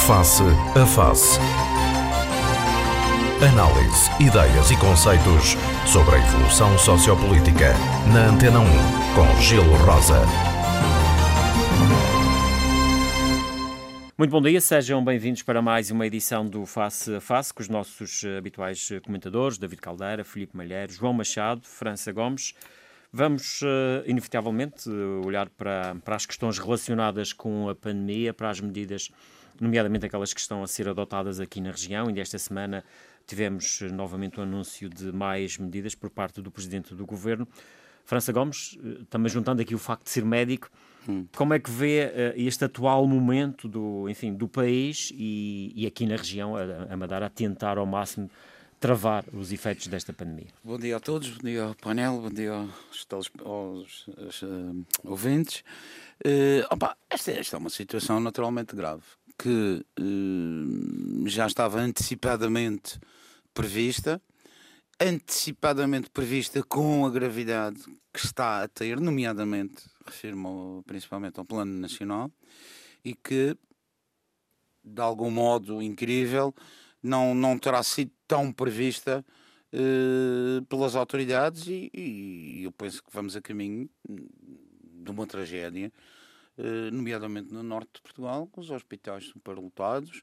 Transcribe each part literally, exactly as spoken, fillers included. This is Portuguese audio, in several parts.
Face a Face. Análise, ideias e conceitos sobre a evolução sociopolítica. Na Antena um, com Gelo Rosa. Muito bom dia, sejam bem-vindos para mais uma edição do Face a Face, com os nossos habituais comentadores, David Caldeira, Filipe Malheiro, João Machado, França Gomes. Vamos, uh, inevitavelmente, uh, olhar para, para as questões relacionadas com a pandemia, para as medidas, nomeadamente aquelas que estão a ser adotadas aqui na região. Ainda esta semana tivemos uh, novamente o anúncio de mais medidas por parte do Presidente do Governo. França Gomes, uh, também juntando aqui o facto de ser médico, hum. como é que vê uh, este atual momento do, enfim, do país e, e aqui na região, a, a Madeira, a tentar ao máximo travar os efeitos desta pandemia? Bom dia a todos, bom dia ao painel, bom dia aos, aos, aos, aos uh, ouvintes. Uh, opa, esta, esta é uma situação naturalmente grave, que uh, já estava antecipadamente prevista, antecipadamente prevista com a gravidade que está a ter, nomeadamente, refiro-me principalmente ao plano nacional, e que, de algum modo incrível, não, não terá sido tão prevista uh, pelas autoridades e, e eu penso que vamos a caminho de uma tragédia, uh, nomeadamente no norte de Portugal, com os hospitais superlotados,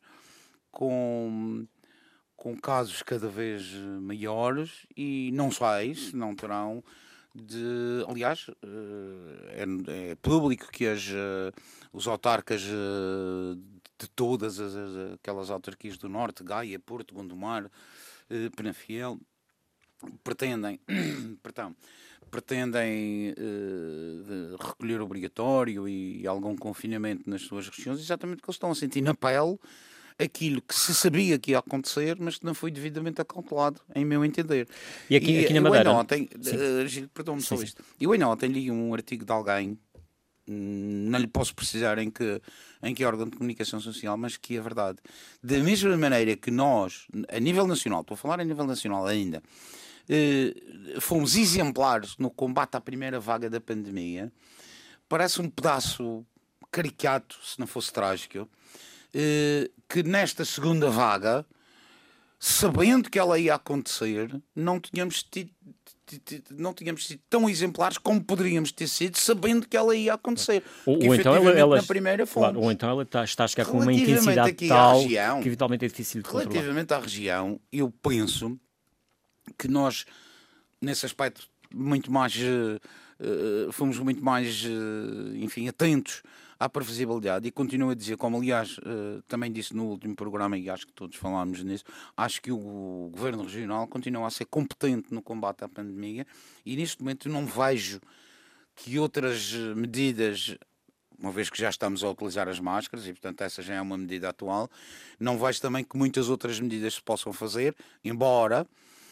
com, com casos cada vez maiores, e não só isso, não terão de... Aliás, uh, é, é público que as, uh, os autarcas uh, de todas as, as, aquelas autarquias do norte, Gaia, Porto, Gondomar, eh, Penafiel, pretendem, perdão, pretendem eh, recolher obrigatório e algum confinamento nas suas regiões, exatamente porque eles estão a sentir na pele aquilo que se sabia que ia acontecer, mas que não foi devidamente acautelado, em meu entender. E aqui, e, aqui na Madeira? Eu ontem, uh, perdão-me só isto, eu ainda ontem li um artigo de alguém, não lhe posso precisar em que, em que órgão de comunicação social, mas que é verdade. Da mesma maneira que nós, a nível nacional, estou a falar a nível nacional ainda, eh, fomos exemplares no combate à primeira vaga da pandemia, parece um pedaço caricato, se não fosse trágico, eh, que nesta segunda vaga, sabendo que ela ia acontecer, não tínhamos tido não tínhamos sido tão exemplares como poderíamos ter sido, sabendo que ela ia acontecer. Ou, ou então ela, ela, na primeira fomos. Claro, ou então ela está, está a chegar com uma intensidade tal região, que eventualmente é difícil de controlar. Relativamente à região, eu penso que nós, nesse aspecto, muito mais, uh, uh, fomos muito mais, uh, enfim, atentos à previsibilidade, e continuo a dizer, como aliás uh, também disse no último programa, e acho que todos falámos nisso, acho que o, o Governo Regional continua a ser competente no combate à pandemia, e neste momento não vejo que outras medidas, uma vez que já estamos a utilizar as máscaras, e portanto essa já é uma medida atual, não vejo também que muitas outras medidas se possam fazer, embora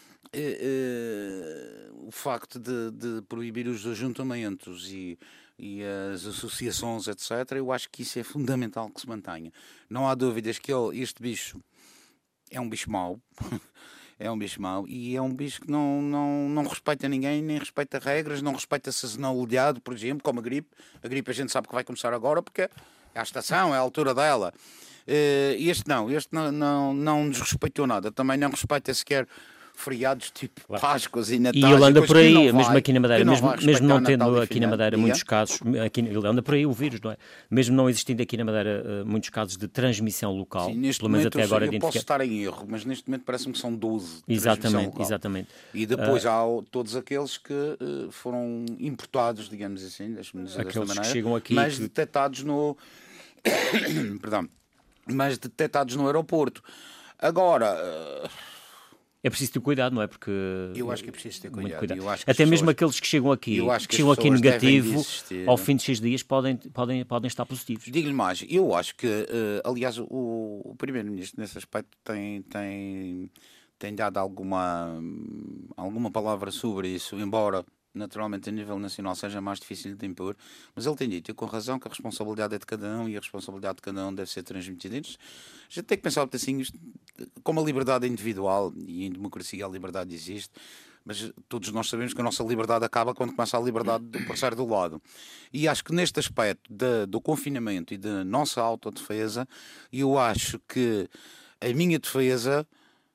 uh, uh, o facto de, de proibir os ajuntamentos e e as associações, etcétera, eu acho que isso é fundamental que se mantenha. Não há dúvidas que ele, este bicho é um bicho mau, é um bicho mau, e é um bicho que não, não, não respeita ninguém, nem respeita regras, não respeita sazonalidade, por exemplo, como a gripe. A gripe a gente sabe que vai começar agora porque é a estação, é a altura dela. Este não, este não, não, não nos respeitou nada, também não respeita sequer feriados tipo claro. Páscoas e Natal. E ele anda por aí, mesmo vai, aqui na Madeira, mesmo não, mesmo não tendo Natal aqui na Madeira muitos casos, aqui, ele anda por aí o vírus, não é? Mesmo não existindo aqui na Madeira uh, muitos casos de transmissão local, sim, neste pelo menos momento, até agora eu identificar. posso estar em erro, mas neste momento parece-me que são doze de exatamente, local. Exatamente. E depois uh, há todos aqueles que uh, foram importados, digamos assim, deixa-me dizer desta maneira, que chegam aqui mas que... detectados no... Perdão. Mas detectados no aeroporto. Agora... Uh... É preciso ter cuidado, não é? Porque eu acho que é preciso ter cuidado. cuidado. Eu acho que até pessoas... mesmo aqueles que chegam aqui, que, que chegam aqui negativo, ao fim de seis dias podem, podem, podem estar positivos. Digo-lhe mais, eu acho que, uh, aliás, o, o Primeiro-Ministro nesse aspecto tem, tem, tem dado alguma, alguma palavra sobre isso, embora naturalmente a nível nacional seja mais difícil de impor, mas ele tem dito, e com razão, que a responsabilidade é de cada um e a responsabilidade de cada um deve ser transmitida. A gente tem que pensar assim, isto, como a liberdade é individual e em democracia a liberdade existe, mas todos nós sabemos que a nossa liberdade acaba quando começa a liberdade do parceiro do lado. E acho que neste aspecto de, do confinamento e da nossa autodefesa, eu acho que a minha defesa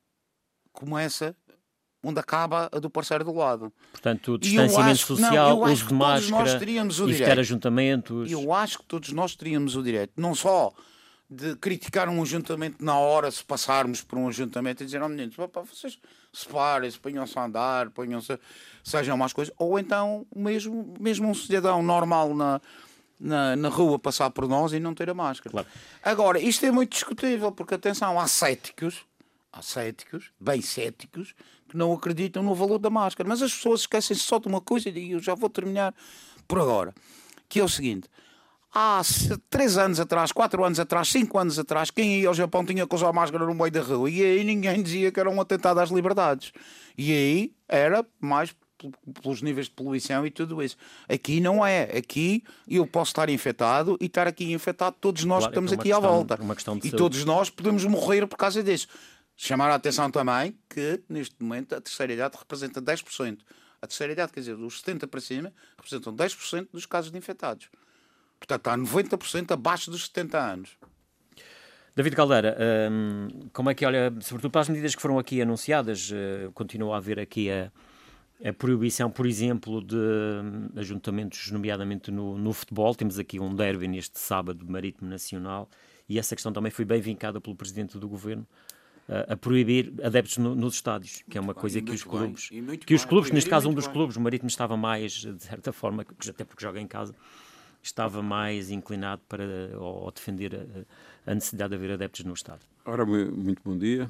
começa onde acaba a do parceiro do lado. Portanto, distanciamento acho, social, não, uso de máscara, evitar ajuntamentos. Eu acho que todos nós teríamos o direito, não só de criticar um ajuntamento na hora, se passarmos por um ajuntamento e dizer, oh meninos, opa, vocês separem-se, ponham-se a andar, ponham-se, sejam mais coisas, ou então mesmo, mesmo um cidadão normal na, na, na rua passar por nós e não ter a máscara. Claro. Agora, isto é muito discutível, porque atenção, há céticos, há céticos, bem céticos, que não acreditam no valor da máscara. Mas as pessoas esquecem-se só de uma coisa, e eu já vou terminar por agora, que é o seguinte: há três anos atrás, quatro anos atrás, cinco anos atrás, quem ia ao Japão tinha que usar máscara no meio da rua, e aí ninguém dizia que era um atentado às liberdades. E aí era mais pelos níveis de poluição e tudo isso. Aqui não é. Aqui eu posso estar infectado e estar aqui infectado todos nós, claro, que estamos é aqui questão, à volta. Uma questão de e saúde. Todos nós podemos morrer por causa disso. Chamar a atenção também que, neste momento, a terceira idade representa dez por cento. A terceira idade, quer dizer, dos setenta para cima, representam dez por cento dos casos de infectados. Portanto, está noventa por cento abaixo dos setenta anos. David Caldeira, hum, como é que olha, sobretudo para as medidas que foram aqui anunciadas, uh, continua a haver aqui a, a proibição, por exemplo, de um, ajuntamentos, nomeadamente no, no futebol. Temos aqui um derby neste sábado, Marítimo Nacional, e essa questão também foi bem vincada pelo Presidente do Governo, a proibir adeptos no, nos estádios, que é uma coisa que os clubes, que os clubes, neste caso um dos clubes, o Marítimo estava mais, de certa forma, até porque joga em casa, estava mais inclinado para ou, ou defender a, a necessidade de haver adeptos no estádio. Ora, muito bom dia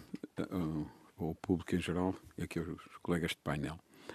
ao público em geral e aqui aos colegas de painel.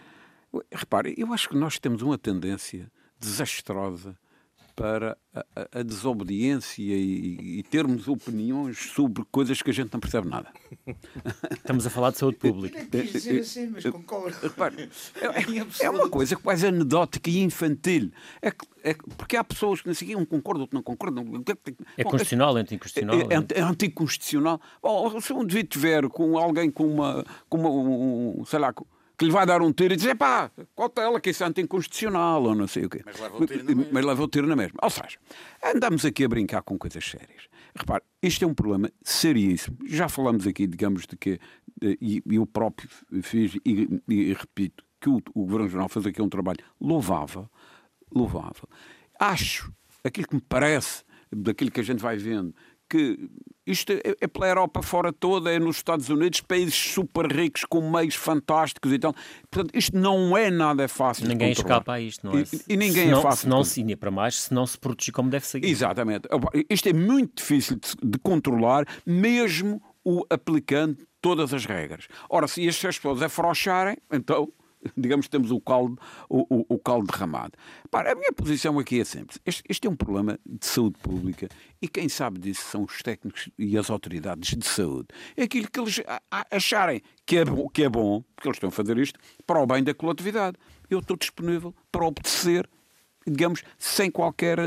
Repare, eu acho que nós temos uma tendência desastrosa para a, a, a desobediência e, e termos opiniões sobre coisas que a gente não percebe nada. Estamos a falar de saúde pública. Eu quis dizer assim, mas concordo. Repare, é, é uma coisa quase anedótica e infantil. É, é, porque há pessoas que não sei, um concorda, outro não concorda. É constitucional, é anticonstitucional? É, é, é anticonstitucional. Bom, se um indivíduo tiver com alguém com uma, com uma um, sei lá, que lhe vai dar um tiro e dizer, pá, cautela que isso é anticonstitucional, ou não sei o quê. Mas leva o tiro na mesma. Mas leva o tiro na mesma. Ou seja, andamos aqui a brincar com coisas sérias. Repare, isto é um problema seríssimo. Já falamos aqui, digamos, de que, e eu próprio fiz, e, e repito, que o, o Governo Regional fez aqui um trabalho louvável, louvável. Acho, aquilo que me parece, daquilo que a gente vai vendo, que isto é, é pela Europa fora toda, é nos Estados Unidos, países super ricos com meios fantásticos e tal. Portanto, isto não é nada fácil ninguém de controlar. Escapa a isto, não é? E, e ninguém se não, é fácil. Se não se ia para mais, se não se proteger como deve seguir. Exatamente. Isto é muito difícil de, de controlar, mesmo o aplicando todas as regras. Ora, se as pessoas afrouxarem, então, digamos que temos o caldo, o, o, o caldo derramado. Para, a minha posição aqui é simples. Este, este é um problema de saúde pública e quem sabe disso são os técnicos e as autoridades de saúde. É aquilo que eles acharem que é bom, que é bom, porque eles estão a fazer isto para o bem da coletividade. Eu estou disponível para obedecer, digamos, sem qualquer,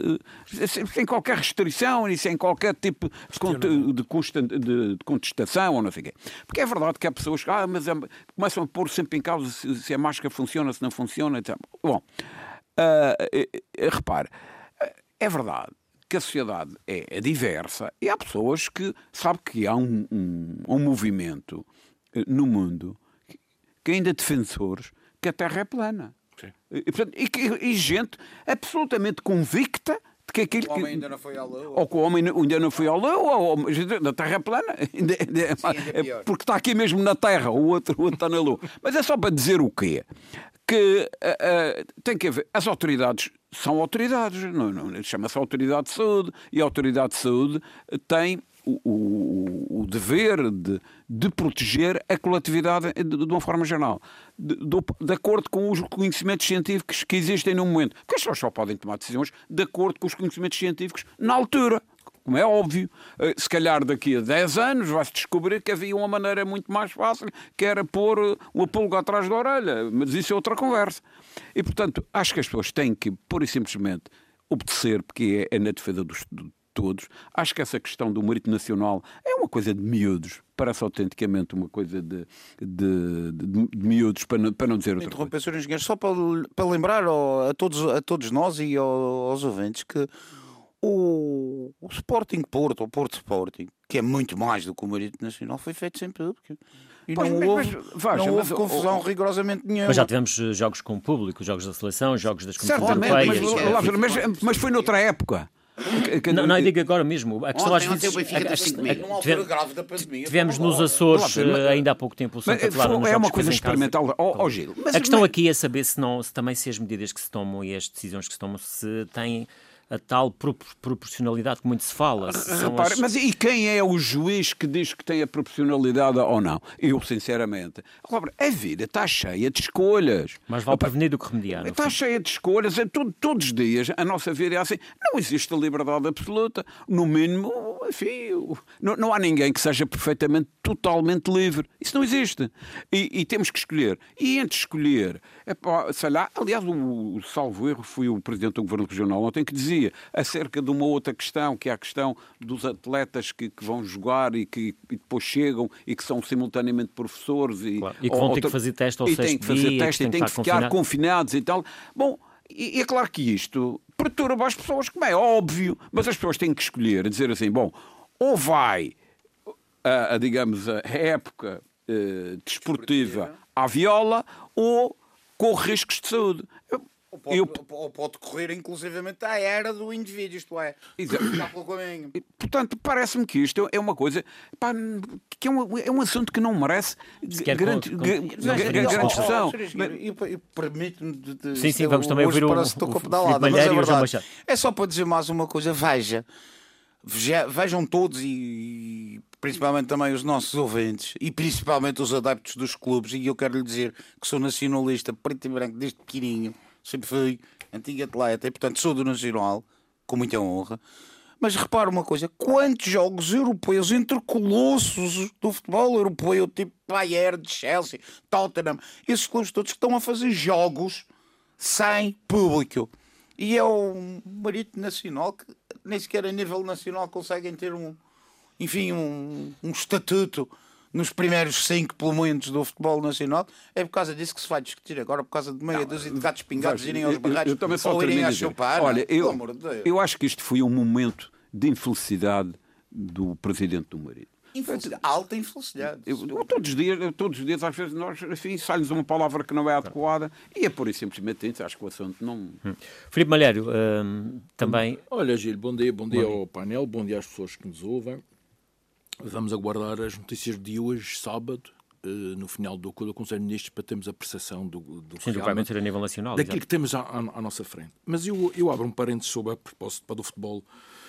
sem qualquer restrição e sem qualquer tipo de contestação ou não sei o quê. Porque é verdade que há pessoas que ah, mas é, começam a pôr sempre em causa se, se a máscara funciona, se não funciona, etcétera. Bom, uh, repare, é verdade que a sociedade é, é diversa e há pessoas que sabem que há um, um, um movimento no mundo que ainda é defensores que a Terra é plana. E, portanto, e, e gente absolutamente convicta de que aquilo... O homem ainda não foi à Lua. Ou que o homem ainda não foi à Lua, ou, ou da Terra plana. Ainda, ainda, Sim, ainda é pior. Porque está aqui mesmo na Terra, o outro, o outro está na Lua. Mas é só para dizer o quê? Que uh, uh, tem que haver... As autoridades são autoridades. Não, não, chama-se Autoridade de Saúde. E a Autoridade de Saúde tem... O, o, o dever de, de proteger a coletividade de, de uma forma geral, de, de, de acordo com os conhecimentos científicos que existem no momento. Porque as pessoas só podem tomar decisões de acordo com os conhecimentos científicos na altura, como é óbvio. Se calhar daqui a dez anos vai-se descobrir que havia uma maneira muito mais fácil, que era pôr uma pulga atrás da orelha, mas isso é outra conversa. E, portanto, acho que as pessoas têm que, pura e simplesmente, obedecer, porque é, é na defesa dos todos. Acho que essa questão do mérito nacional é uma coisa de miúdos. Parece autenticamente uma coisa de, de, de, de miúdos, para não, para não dizer outra coisa. Interromper, senhor Engenheiro, só para, para lembrar ao, a, todos, a todos nós e ao, aos ouvintes que o, o Sporting Porto, o Porto Sporting, que é muito mais do que o mérito nacional, foi feito sem público. E Pois, não mas- houve, mas, veja, não mas, houve confusão oh, oh, rigorosamente nenhuma. Mas já tivemos eh, jogos com o público, jogos da seleção, jogos das competições Certamente, mas, europeias. Lázaro, mas, mas foi noutra época. Não, não, eu digo agora mesmo. A questão às vezes. Numa altura grave da pandemia. Tivemos nos Açores eh, ainda há pouco tempo o São Mas, Catalano. nos é jogos uma que coisa fez em casa. experimental. Ó, ó, Gil, mas- A questão mas- aqui é saber se, não, se também se as medidas que se tomam e as decisões que se tomam se têm a tal pro- proporcionalidade que muito se fala. Se são Repare, as- mas e quem é o juiz que diz que tem a proporcionalidade ou não? Eu, sinceramente. Agora, a vida está cheia de escolhas. Mas vale prevenir do que remediar. no Está fundo. cheia de escolhas. É tudo- todos os dias a nossa vida é assim. Não existe a liberdade absoluta. No mínimo, enfim, o- não, não há ninguém que seja perfeitamente, totalmente livre. Isso não existe. E, e temos que escolher. E entre escolher, epá, sei lá, aliás, o, o salvo erro foi o Presidente do Governo Regional ontem que dizia acerca de uma outra questão, que é a questão dos atletas que, que vão jogar e que e depois chegam e que são simultaneamente professores e, Claro. E que vão ou- ter que fazer teste ao e têm sexto que fazer dia, teste que e têm têm que que estar ficar confinados e tal. Bom, e, e é claro que isto perturba as pessoas, como é óbvio, mas as pessoas têm que escolher, dizer assim, bom, ou vai a, a, digamos, a época eh, desportiva à viola ou corre riscos de saúde. Eu- Ou pode, eu- ou pode correr inclusivamente à era do indivíduo, isto é. Exato. Ficar pelo caminho. E, portanto, parece-me que isto é uma coisa pá, que é um, é um assunto que não merece quer grande, con- con- gra- Mas, gra- mas, grande mas, discussão. E, e permite-me de, de, Sim, isto sim, é vamos também hoje ouvir o- parece que estou o com a Filipe pedalada, mas é Malheiro e o João verdade. Machado. É só para dizer mais uma coisa, veja, veja- vejam todos e principalmente também os nossos ouvintes e principalmente os adeptos dos clubes, e eu quero lhe dizer que sou nacionalista preto e branco desde pequenininho, sempre fui antigo atleta e portanto sou do Nacional com muita honra. Mas repara uma coisa, quantos jogos europeus entre colossos do futebol europeu, tipo Bayern, Chelsea, Tottenham, esses clubes todos que estão a fazer jogos sem público. E é um mérito nacional que nem sequer a nível nacional conseguem ter um, enfim, um, um estatuto nos primeiros cinco, pelo menos, do futebol nacional. É por causa disso que se vai discutir agora, por causa de meia dúzia de gatos pingados Veja, irem aos eu- barracos eu também só ou irem termino a a dizer, chupar. olha, não? Pelo eu, amor de Deus. eu acho que isto foi um momento de infelicidade do Presidente do Marido. Infelicidade. Alta infelicidade. Eu, eu todos os dias, eu todos os dias, às vezes, nós, enfim, sai-nos uma palavra que não é adequada e é por isso simplesmente isso. Acho que o assunto não. Filipe Malheiro, hum, também. Olha, Gil, bom dia, bom dia Bom dia. ao painel, bom dia às pessoas que nos ouvem. Vamos aguardar as notícias de hoje, sábado, eh, no final do do Conselho de Ministros, para termos a percepção do, do Sim, do que vai realmente- acontecer a nível nacional. daquilo exato. que temos à, à- à nossa frente. Mas eu, eu abro um parênteses sobre a propósito para do futebol.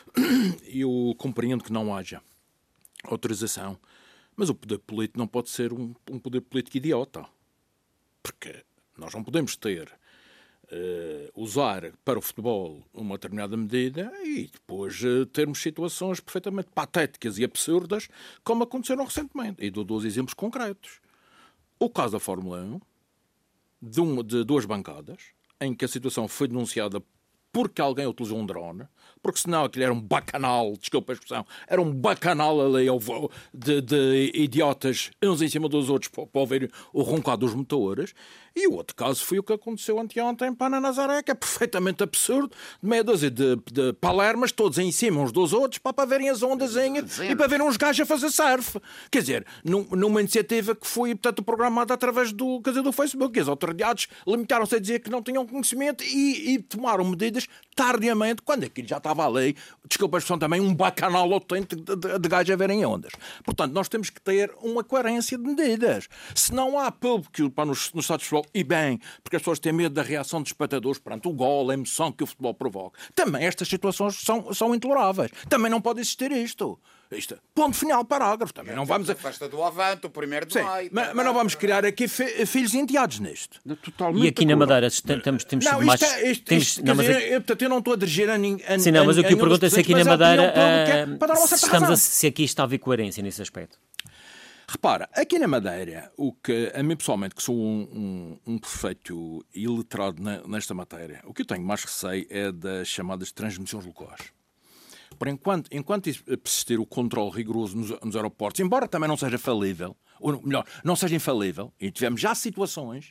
Eu compreendo que não haja autorização, mas o poder político não pode ser um, um poder político idiota. Porque nós não podemos ter, eh, usar para o futebol uma determinada medida e depois eh, termos situações perfeitamente patéticas e absurdas, como aconteceram recentemente. E dou dois exemplos concretos. O caso da Fórmula um, de, uma, de duas bancadas, em que a situação foi denunciada porque alguém utilizou um drone, porque senão aquilo era um bacanal, desculpa a expressão, era um bacanal ali ao voo de, de idiotas uns em cima dos outros para, para ouvir o roncar dos motores. E o outro caso foi o que aconteceu anteontem para na Nazaré, que é perfeitamente absurdo, de meia dúzia de, de palermas, todos em cima uns dos outros, para, para verem as ondazinhas e para verem uns gajos a fazer surf. Quer dizer, num, numa iniciativa que foi, portanto, programada através do, quer dizer, do Facebook, e as autoridades limitaram-se a dizer que não tinham conhecimento e, e tomaram medidas tardiamente, quando aquilo já estava ali, desculpa a expressão também, um bacanal autêntico de, de, de gajos a verem ondas. Portanto, nós temos que ter uma coerência de medidas. Se não há público para nos, nos estados de futebol, e bem, porque as pessoas têm medo da reação dos espectadores perante o gol, a emoção que o futebol provoca, também estas situações são, são intoleráveis. Também não pode existir isto. Isto. Ponto final, parágrafo. Também não vamos... A festa do Avante, o primeiro de Sim, maio. mas, mas não vamos criar aqui fi- filhos enteados nisto. Totalmente E aqui na de acordo. Madeira tem- temos, temos Não, sido mais. isto, é- isto, temos- isto, não, quer mas dizer, é- eu, portanto, eu não estou a dirigir a ninguém. Sim, não, mas o que eu pergunto é se aqui na Madeira ah, para dar uma se, certa estamos a, razão. se aqui está a haver coerência nesse aspecto. Repara, aqui na Madeira, o que a mim pessoalmente, que sou um, um, um perfeito iletrado na, nesta matéria, o que eu tenho mais receio é das chamadas transmissões locais. por enquanto, enquanto persistir o controle rigoroso nos, nos aeroportos, embora também não seja falível, ou melhor, não seja infalível, e tivemos já situações,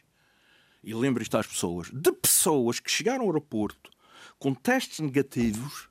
e lembro isto às pessoas, de pessoas que chegaram ao aeroporto com testes negativos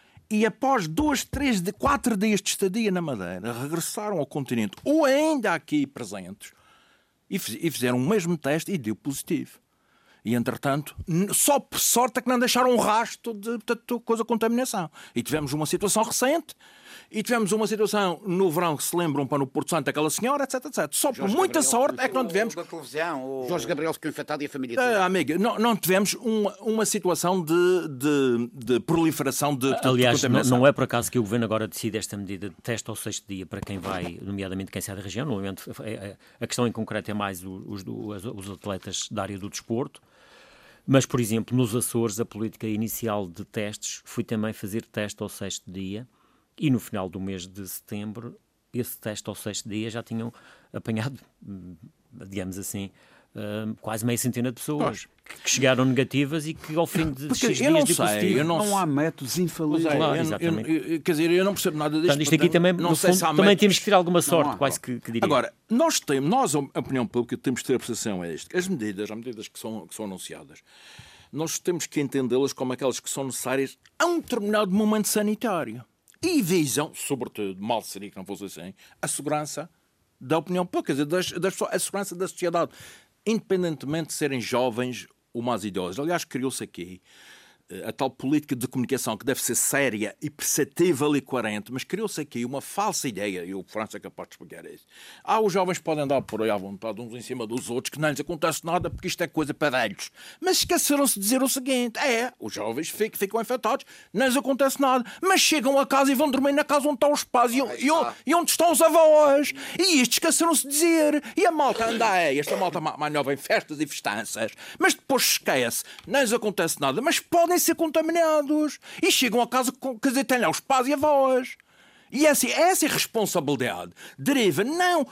e após dois, três, quatro dias de estadia na Madeira, regressaram ao continente, ou ainda aqui presentes, e fizeram o mesmo teste e deu positivo. E, entretanto, só por sorte é que não deixaram um rastro de, de, de coisa de contaminação. E tivemos uma situação recente, e tivemos uma situação no verão que se lembram para no Porto Santo aquela senhora, etc, etcétera. Só por muita Gabriel, sorte é que não tivemos... Da televisão, o Jorge Gabriel ficou infectado e a família toda. Ah, amiga, não, não tivemos uma, uma situação de, de, de proliferação de, de Aliás, de contaminação. Não é por acaso que o Governo agora decide esta medida de teste ao sexto dia para quem vai, nomeadamente quem sai da região. No momento, a questão em concreto é mais os, os, os atletas da área do desporto. Mas, por exemplo, nos Açores, a política inicial de testes foi também fazer teste ao sexto dia e no final do mês de setembro, esse teste ao sexto dia já tinham apanhado, digamos assim, uh, quase meia centena de pessoas que chegaram negativas e que ao fim de Porque seis eu dias não de sei, eu não, não há métodos infalíveis. Claro, eu, exatamente. Eu, eu, quer dizer, eu não percebo nada disto. Portanto, isto aqui também, não no sei fundo, se há também métodos. temos que ter alguma sorte, há, quase claro. que, que diria. Agora, nós, temos, nós, a opinião pública, temos que ter a percepção é esta. As medidas, as medidas que são, que são anunciadas, nós temos que entendê-las como aquelas que são necessárias a um determinado momento sanitário. E visam, sobretudo, mal seria que não fosse assim, a segurança da opinião pública, quer dizer, das, das pessoas, a segurança da sociedade, independentemente de serem jovens ou mais idosos. Aliás, criou-se aqui a tal política de comunicação que deve ser séria e perceptível e coerente, mas criou-se aqui uma falsa ideia, e o França é capaz de explicar isso. Ah, os jovens podem andar por aí à vontade, uns em cima dos outros, que não lhes acontece nada porque isto é coisa para velhos. Mas esqueceram-se de dizer o seguinte, é, os jovens ficam, ficam infectados, não lhes acontece nada, mas chegam a casa e vão dormir na casa onde estão os pais e, e, e onde estão os avós. E isto esqueceram-se de dizer. E a malta anda aí, esta malta mais nova em festas e festanças, mas depois esquece, não lhes acontece nada, mas podem ser contaminados e chegam a casa, quer dizer, têm lá os pais e avós. E essa, essa irresponsabilidade deriva não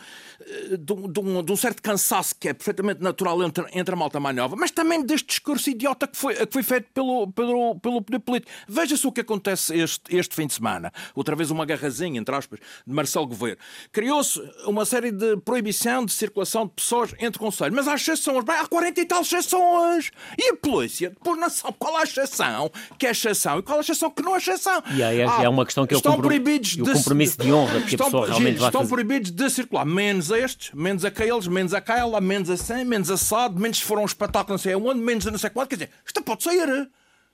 de um, de, um, de um certo cansaço que é perfeitamente natural entre, entre a malta mais nova, mas também deste discurso idiota que foi, que foi feito pelo, pelo, pelo poder político. Veja-se o que acontece este, este fim de semana. Outra vez uma garrazinha, entre aspas, de Marcelo Governo. Criou-se uma série de proibição de circulação de pessoas entre concelhos, mas há exceções. Bem, há quarenta e tal exceções. E a polícia depois não sabe qual é a exceção que é exceção e qual é a exceção que não é exceção. E aí é, ah, é uma questão que eu estão compro... proibidos de o compromisso de honra que estão, a pessoa realmente vai estão fazer. proibidos de circular, menos estes, menos aqueles, menos aquela, menos assim, menos assado, menos se for um espetáculo não sei aonde, menos não sei quanto. Quer dizer, isto pode sair.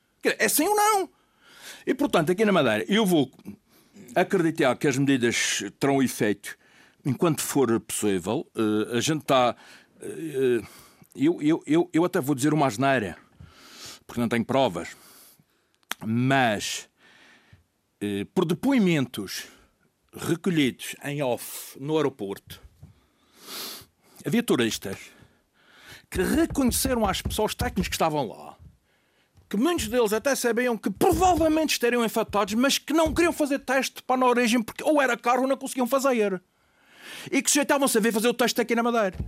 É sim ou não? E, portanto, aqui na Madeira, eu vou acreditar que as medidas terão efeito enquanto for possível. Uh, a gente está... Uh, eu, eu, eu, eu até vou dizer uma asneira, porque não tenho provas, mas... por depoimentos recolhidos em off no aeroporto, havia turistas que reconheceram às pessoas técnicos que estavam lá, que muitos deles até sabiam que provavelmente estariam infectados, mas que não queriam fazer teste para na origem porque ou era caro ou não conseguiam fazer. E que sujeitavam-se a vir fazer o teste aqui na Madeira.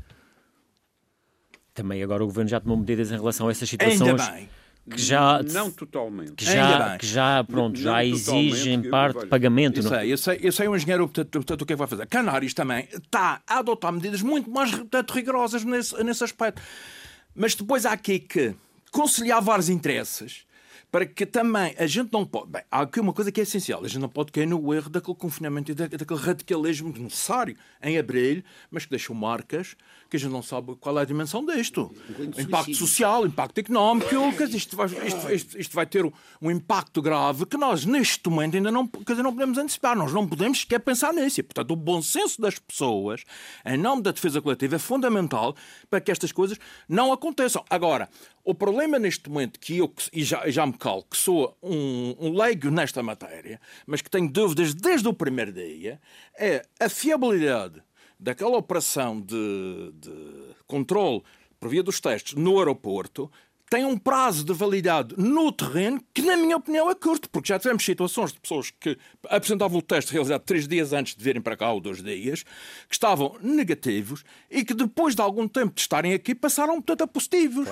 Também agora o Governo já tomou medidas em relação a essas situações. Ainda bem. Que já, não totalmente. Que já, que já, pronto, não já exige em parte pagamento. Eu não? sei, eu sei, eu sei um engenheiro, portanto, portanto, o que é que vai fazer? Canários também está a adotar medidas muito mais portanto, rigorosas nesse, nesse aspecto. Mas depois há aqui que conciliar vários interesses para que também a gente não pode... Bem, há aqui uma coisa que é essencial. A gente não pode cair no erro daquele confinamento e daquele radicalismo necessário em abril, mas que deixou marcas que a gente não sabe qual é a dimensão disto. O impacto social, o impacto económico, isto vai, isto, isto, isto vai ter um, um impacto grave que nós, neste momento, ainda não, quer dizer, não podemos antecipar. Nós não podemos sequer pensar nisso. E, portanto, o bom senso das pessoas, em nome da defesa coletiva, é fundamental para que estas coisas não aconteçam. Agora, o problema neste momento, que eu e já, já me calo, que sou um, um leigo nesta matéria, mas que tenho dúvidas desde o primeiro dia, é a fiabilidade daquela operação de, de controle por via dos testes no aeroporto tem um prazo de validade no terreno que, na minha opinião, é curto, porque já tivemos situações de pessoas que apresentavam o teste realizado três dias antes de virem para cá, ou dois dias, que estavam negativos e que depois de algum tempo de estarem aqui passaram, portanto, a positivos. Claro.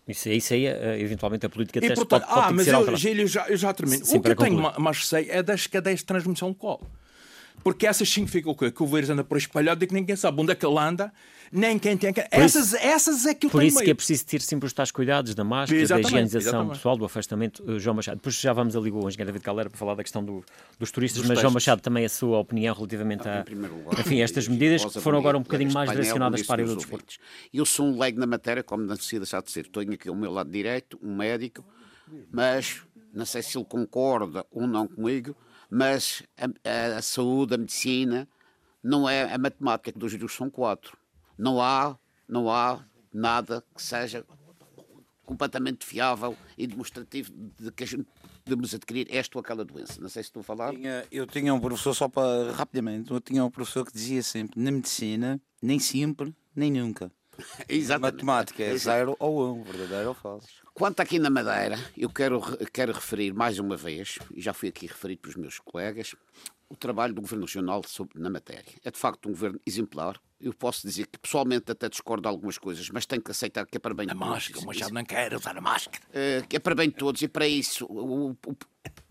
Isso, isso aí, eventualmente, a política de E, testes portanto, pode, pode ah, ter que mas ser eu, alterada. Gílio, já, eu já termino. Sim, o que eu para tenho concluir. mais receio é das cadeias de transmissão local. Porque essas sim ficam o quê? Que o vírus anda por espalhado e que ninguém sabe onde é que ele anda, nem quem tem. Essas, isso, essas é que eu Por tenho isso medo. que é preciso ter sempre os tais cuidados da máscara, Exatamente, da higienização exatamente. pessoal, do afastamento. Uh, João Machado, depois já vamos ali com o engenheiro David Caldeira para falar da questão do, dos turistas, Dos mas João testes. Machado também a sua opinião relativamente a, Em primeiro lugar, enfim, estas e medidas vossa que foram agora um bonita, bocadinho este mais painel, direcionadas disse para a área do aos desporto. ouvintes. Eu sou um leigo na matéria, como não se deixar de ser. Tenho aqui ao meu lado direito um médico, mas não sei se ele concorda ou não comigo, mas a, a, a saúde, a medicina, não é a matemática, que dois e dois são quatro. Não há, não há nada que seja completamente fiável e demonstrativo de que a gente podemos adquirir esta ou aquela doença. Não sei se estou a falar. Tinha- Eu tinha um professor, só para rapidamente, eu tinha um professor que dizia sempre: na medicina, nem sempre, nem nunca. Exatamente. Matemática é zero ou um, verdadeiro ou falso. Quanto aqui na Madeira, eu quero, quero referir mais uma vez, e já fui aqui referido pelos meus colegas, o trabalho do Governo Regional sobre, na matéria. É de facto um governo exemplar. Eu posso dizer que pessoalmente até discordo de algumas coisas, mas tenho que aceitar que é para bem de A todos. máscara, o Machado não quer usar a máscara. Eh, que é para bem de todos e para isso, o, o- o-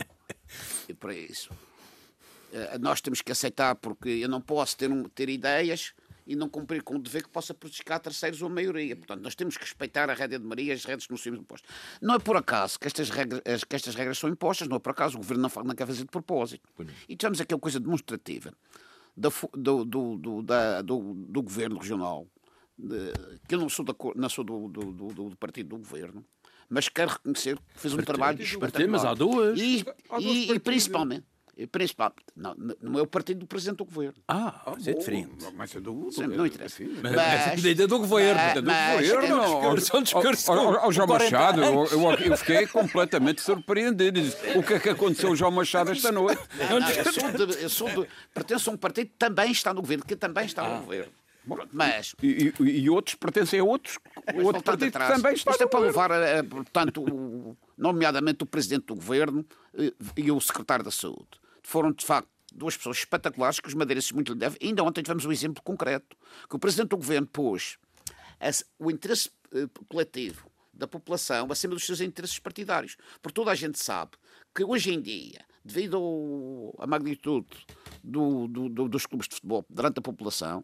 e para isso eh, nós temos que aceitar, porque eu não posso ter, um- ter ideias e não cumprir com o dever que possa prejudicar terceiros ou a maioria. Portanto, nós temos que respeitar a rédea de Maria e as regras que nos são impostas. Não é por acaso que estas regras, as- que estas regras são impostas, não é por acaso, o Governo não, fa- não quer fazer de propósito. E tivemos aqui uma coisa demonstrativa da fu- do, do, do, da- do, do Governo Regional, de- que eu não sou, da, cor- não sou do, do, do, do partido do Governo, mas quero reconhecer que fez um trabalho espetacular. mas há duas. E, Há duas e- e partidas. principalmente, e principalmente não, não é o partido do Presidente do Governo. Ah, mas é diferente. Mas é do, Sim, não interessa. Mas essa medida é do governo. mas- é do mas- governo. mas- São discursos Ó, ó, ó, com João quarenta Machado, eu, anos. eu, eu fiquei completamente surpreendido. O que é que aconteceu ao João Machado esta noite? Não, não, eu sou de, eu sou de, pertenço a um partido que também está no Governo, que também está no Governo. Mas E, e- e outros pertencem a outros, Mas outro voltando partido que atrás, também está isto é no para governo. levar, a, a, portanto, o, nomeadamente o Presidente do Governo eh, e o Secretário da Saúde. Foram, de facto, duas pessoas espetaculares que os madeirenses muito lhe devem. Ainda ontem tivemos um exemplo concreto, que o Presidente do Governo pôs as- o interesse eh, coletivo da população acima dos seus interesses partidários. Porque toda a gente sabe que hoje em dia, devido ao- à magnitude do- do- do- dos clubes de futebol durante a população,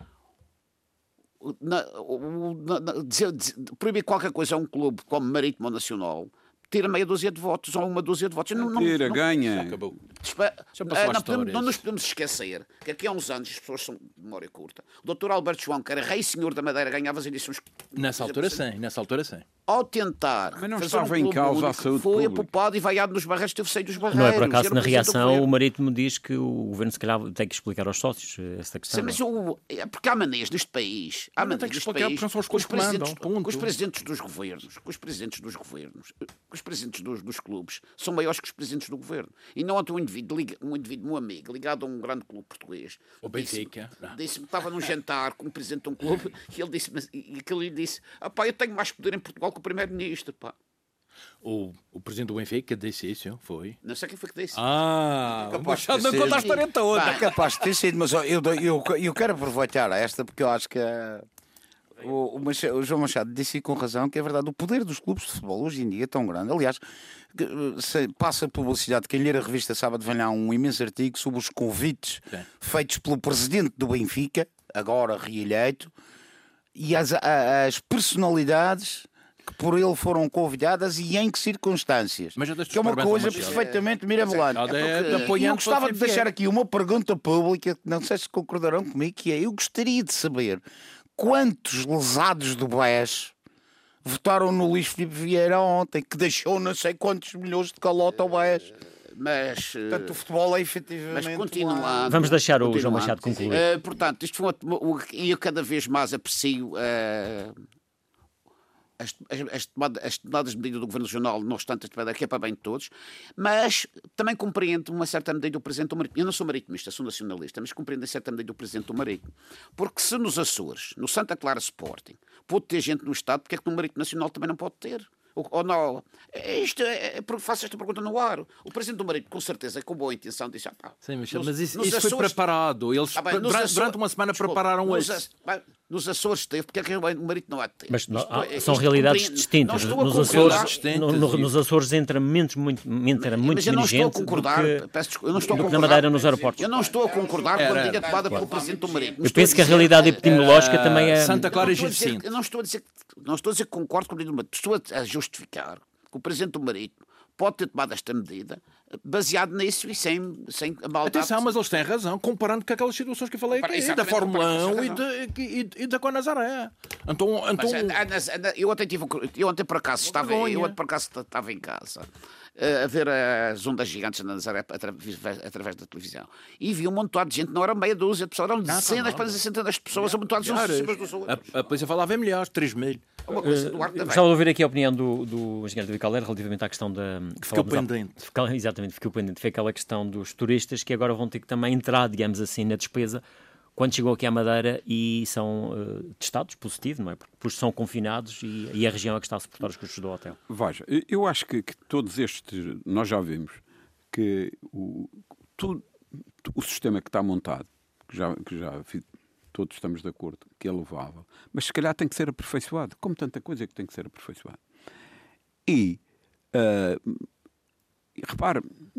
na- o- na- na- dizer- dizer- proibir qualquer coisa a um clube como Marítimo ou Nacional, tira meia dúzia de votos ou uma dúzia de votos. Não, não, Tira, não- ganha. Acabou. Despa- Já passou Ah, a não, história, podemos- não isso. nos podemos esquecer que aqui há uns anos as pessoas são de memória curta. O doutor Alberto João, que era rei e senhor da Madeira, ganhava as eleições. Nessa altura, sim. Nessa altura, sim. Ao tentar. Mas não fazer estava um em clube causa a único, saúde foi pública. apupado e vaiado nos barreiros, teve seio dos barreiros. Não é por acaso, era na o presidente do reação, o governo. Marítimo diz que o governo, se calhar, tem que explicar aos sócios eh, esta questão. Sim, mas o, é porque há maneiras neste país. Há Mas não maneiras tem que neste explicar, país. porque não são os com os clubes que mandam, presidentes, ponto. com os presidentes dos governos, com os presidentes dos governos, com os presidentes dos, dos clubes, são maiores que os presidentes do governo. E não há um indivíduo, liga- um indivíduo, um amigo, ligado a um grande clube português. O Benfica. Disse-me disse que estava num jantar com o presidente de um clube e ele disse, mas, e aquele lhe disse: ah, pá, eu tenho mais poder em Portugal que o primeiro-ministro, pá. O, o presidente do Benfica disse isso, foi? Não sei quem foi que disse. Ah, o Capaz Machado de não ser. conta a história toda. Pá, É capaz de ter sido, mas eu, eu, eu, eu quero aproveitar esta porque eu acho que eh, o, o, Macha- o João Machado disse com razão que é verdade, o poder dos clubes de futebol hoje em dia é tão grande. Aliás, que, eh, se passa a publicidade, quem ler a revista Sábado vem lá um imenso artigo sobre os convites Sim. feitos pelo presidente do Benfica, agora reeleito, e as, a- as personalidades que por ele foram convidadas e em que circunstâncias. Mas eu deixo-te que é uma parabéns ao coisa Machado. perfeitamente mirabolante. Machado é porque- de apoiante e eu gostava para de o F F. deixar aqui uma pergunta pública, que não sei se concordarão comigo, que é: eu gostaria de saber quantos lesados do B E S votaram no Luís Filipe Vieira ontem, que deixou não sei quantos milhões de calota ao B E S. Mas. eh, Portanto, o futebol é efetivamente... Mas continuando. Vamos deixar o João continuando. Machado concluir. Eh, portanto, isto foi uma, o- e eu cada vez mais aprecio eh, as, as, as, tomada- as tomadas de medida do Governo Regional, não obstante, que é para bem de todos, mas também compreendo uma certa medida do Presidente do Marítimo. Eu não sou maritimista, sou nacionalista, mas compreendo em certa medida o Presidente do Marítimo. Porque se nos Açores, no Santa Clara Sporting, pode ter gente no Estado, porque é que no Marítimo Nacional também não pode ter? Ou, ou não? É Isto é, é, faço esta pergunta no ar. O Presidente do Marítimo, com certeza, com boa intenção, disse: ah, pá, Sim, Michel, nos- mas isso, nos isso foi Açores- preparado. Eles, Ah, bem, nos durante, Açores- durante uma semana, Desculpa, prepararam nos isso. Açores- bem, Nos Açores teve, porque é que o Marítimo não há de ter? Mas não, há, Isto, são isto realidades compreende- distintas. Não estou a Nos concordar- Açores, no, no, nos Açores entra muito, muito, entra muito Mas eu não menos estou a gente concordar, do que, peço desculpa, eu não estou a do que na concordar. Madeira nos aeroportos. Eu não estou a concordar com a medida tomada pelo Presidente do Marítimo. Eu penso que a realidade epidemiológica também é... Santa Clara e Eu não estou a dizer- Jacinto. eu não estou a dizer que não estou a dizer que concordo com o Presidente do Marítimo. Estou a justificar que o Presidente do Marítimo pode ter tomado esta medida baseado nisso e sem, sem a maldade. Atenção, mas eles têm razão, comparando com aquelas situações que eu falei aqui, da Exatamente, Fórmula comparando com um e, essa de, e, e da Conazaré. Então, então Mas, anda- anda- eu ontem tive um- eu ontem por acaso estava vergonha. eu ontem por acaso estava em casa eh, a ver as ondas gigantes na Nazaré através, através da televisão e vi um montão de gente, não era meia dúzia de pessoas, eram dezenas para dizer centenas de pessoas amontoadas uns em cima dos outros. a, a polícia falava em milhares, três mil. Uma coisa do ar Eu da gostava de ouvir aqui a opinião do, do engenheiro David Caldeira relativamente à questão da... que Ficou falávamos há- pendente. Ficou- exatamente, ficou pendente. Foi aquela questão dos turistas que agora vão ter que também entrar, digamos assim, na despesa quando chegou aqui à Madeira e são uh, testados positivo, não é? Porque são confinados e, e a região é que está a suportar os custos do hotel. Veja, eu acho que, que todos estes, nós já vimos que o, tudo, o sistema que está montado, que já, que já fi- todos estamos de acordo, que é louvável, mas se calhar tem que ser aperfeiçoado, como tanta coisa que tem que ser aperfeiçoado. E, uh, e repare,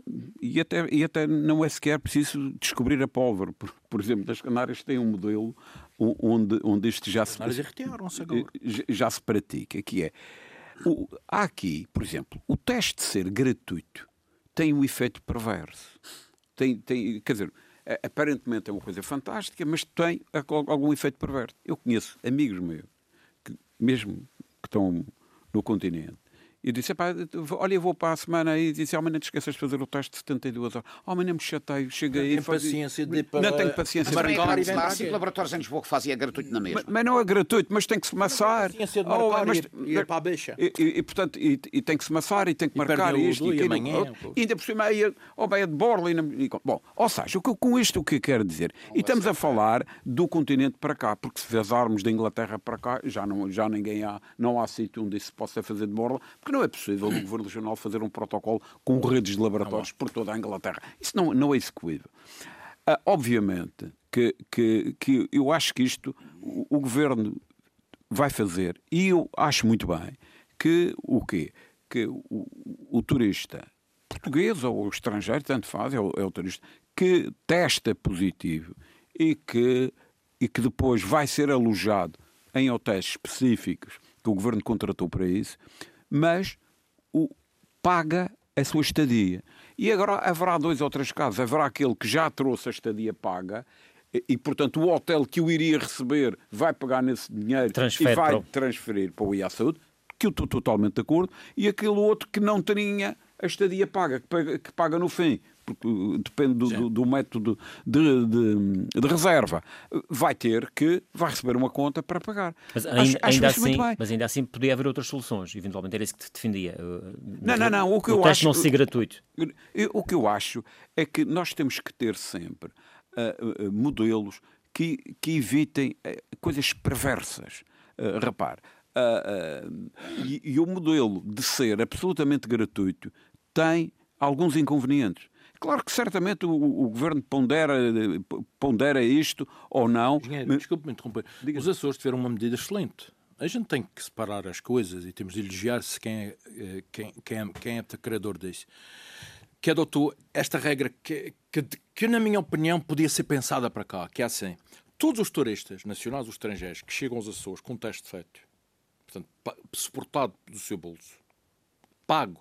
e até, e até não é sequer preciso descobrir a pólvora. Por, por exemplo, das Canárias tem um modelo onde, onde isto já se, Canárias arretearam-se agora. já, já se pratica, que é, o, há aqui, por exemplo, o teste de ser gratuito tem um efeito perverso. Tem, tem, quer dizer, aparentemente é uma coisa fantástica, mas tem algum efeito perverso. Eu conheço amigos meus, que, mesmo que estão no continente, e disse, pá, olha, eu vou para a semana e disse, amanhã não te esqueças de fazer o teste de setenta e duas horas. Oh, amanhã me chateio, chega aí. Tem paciência de Não tenho paciência Mas para também marcar e há- vem há para cinco aqui. laboratórios em Lisboa que fazia gratuito na mesma. Mas, mas não é gratuito, mas tem que se maçar. Paciência de Oh, marcar mas- e ir para a beixa. E, e, e, portanto, e, e tem que se maçar e tem que E marcar perder o isto do e e aquilo. amanhã, outro. E ainda por cima aí, ou bem é de borla. E, não- e, bom, ou seja, o que, com isto o que eu quero dizer? E estamos a falar do continente para cá, porque se vazarmos da Inglaterra para cá, já, não, já ninguém há, não há sítio onde isso se possa fazer de borla, porque não é possível o Governo Regional fazer um protocolo com redes de laboratórios por toda a Inglaterra. Isso não, não é execuível. Ah, obviamente que, que, que eu acho que isto o, o Governo vai fazer, e eu acho muito bem que o quê? Que o, o turista português ou estrangeiro, tanto faz, é o, é o turista, que testa positivo e que, e que depois vai ser alojado em hotéis específicos que o Governo contratou para isso, mas o, paga a sua estadia. E agora haverá dois ou três casos. Haverá aquele que já trouxe a estadia paga e, e portanto, o hotel que o iria receber vai pagar nesse dinheiro Transfere e vai para o- transferir para o I A Saúde, que eu estou totalmente de acordo, e aquele outro que não tinha a estadia paga, que paga, que paga no fim, porque uh, depende do, do, do método de, de, de reserva, vai ter que, vai receber uma conta para pagar. Mas Acho- ainda, acho ainda isso muito assim, bem. mas ainda assim poderia haver outras soluções. Eventualmente era isso que te defendia. Uh, Não, não, não, o que eu teste acho- não ser gratuito. Eu- o que eu acho é que nós temos que ter sempre uh, uh, modelos que, que evitem uh, coisas perversas. Uh, repare, uh, uh, e, e o modelo de ser absolutamente gratuito tem alguns inconvenientes. Claro que certamente o, o Governo pondera, pondera isto ou não. Engenheiro, mas- desculpe-me interromper. Diga. Os Açores tiveram uma medida excelente. A gente tem que separar as coisas e temos de elogiar-se quem é, eh, quem, quem é, quem é criador disso. Que adotou esta regra que, que, que, na minha opinião, podia ser pensada para cá, que é assim. Todos os turistas, nacionais ou estrangeiros, que chegam aos Açores com um teste feito, portanto, pa- suportado do seu bolso, pago,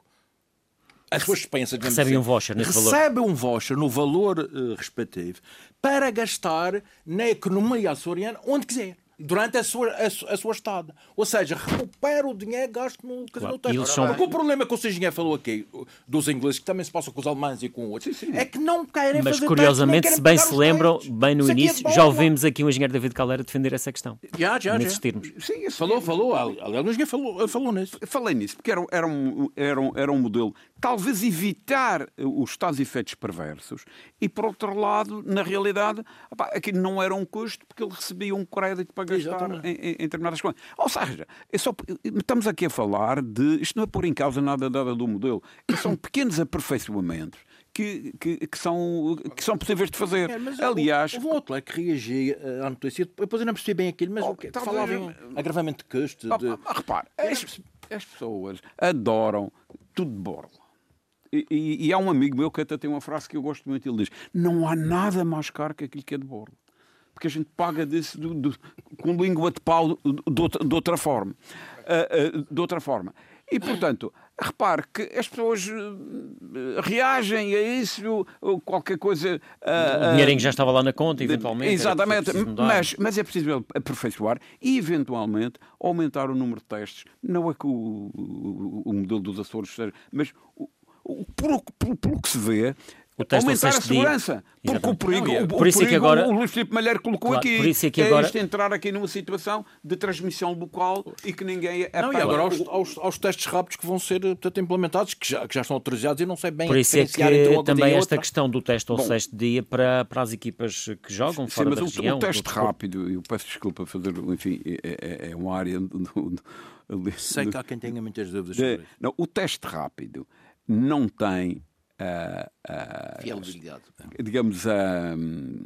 as suas expensas... digamos Recebem assim, um voucher nesse valor. Recebem um voucher no valor eh, respectivo para gastar na economia açoriana onde quiser, durante a sua, a, su- a sua estada. Ou seja, recupera o dinheiro gasto no casino Claro, e eles são- Porque o problema que o seu engenheiro falou aqui, dos ingleses, que também se passa com os alemães e com outros, é que não querem Mas fazer curiosamente, testes, se nem bem querem se pagar os lembram, testes. bem no Isso aqui é início, bom, já não? ouvimos aqui o engenheiro David Caldeira defender essa questão. Já, já, nesses já. termos. Sim, esse- Falou, falou. Aliás, o engenheiro falou, falou nisso. Falei nisso, porque era, era, um, era, um, era um modelo, talvez evitar os tais efeitos perversos, e por outro lado, na realidade, opá, aquilo não era um custo, porque ele recebia um crédito para gastar Exatamente. em, em, em determinadas coisas. Ou seja, é só, estamos aqui a falar de, isto não é pôr em causa nada, nada do modelo, são pequenos aperfeiçoamentos que, que, que, são, que são possíveis de fazer. É, mas Aliás, houve um outro lá que reagia à notícia. Depois eu não percebi bem aquilo, mas Oh, o que talvez- falavam em agravamento de custo. Ah, De... ah, repare, as, as pessoas adoram tudo de borla. E, e, e há um amigo meu que até tem uma frase que eu gosto muito. Ele diz: não há nada mais caro que aquilo que é de borla. Porque a gente paga disso do, do, com língua de pau de, de, outra, de outra forma. Uh, uh, de outra forma. E, portanto, repare que as pessoas uh, reagem a isso, uh, qualquer coisa... Uh, o dinheirinho já estava lá na conta, eventualmente. Exatamente, era mas, mas é preciso aperfeiçoar e, eventualmente, aumentar o número de testes. Não é que o, o, o modelo dos Açores seja... Mas, o, o, pelo, pelo, pelo que se vê... Aumentar a segurança, dia. Porque o perigo, não, o, por isso o, perigo, é que agora, o Luís Filipe Malheiro colocou claro, aqui, por isso é que é agora, isto entrar aqui numa situação de transmissão local e que ninguém é não, e agora aos, aos, aos testes rápidos que vão ser portanto, implementados, que já, que já estão autorizados e não sei bem por isso é que entre uma também e esta outra. questão do teste ao Bom, sexto dia para, para as equipas que jogam fora sim, da mas região. O teste rápido, eu peço desculpa fazer, enfim, é, é uma área... Do, do, do, sei que há quem tenha muitas dúvidas sobre é, isso. Não, o teste rápido não tem... Uh, uh, fiabilidade. Digamos, uh,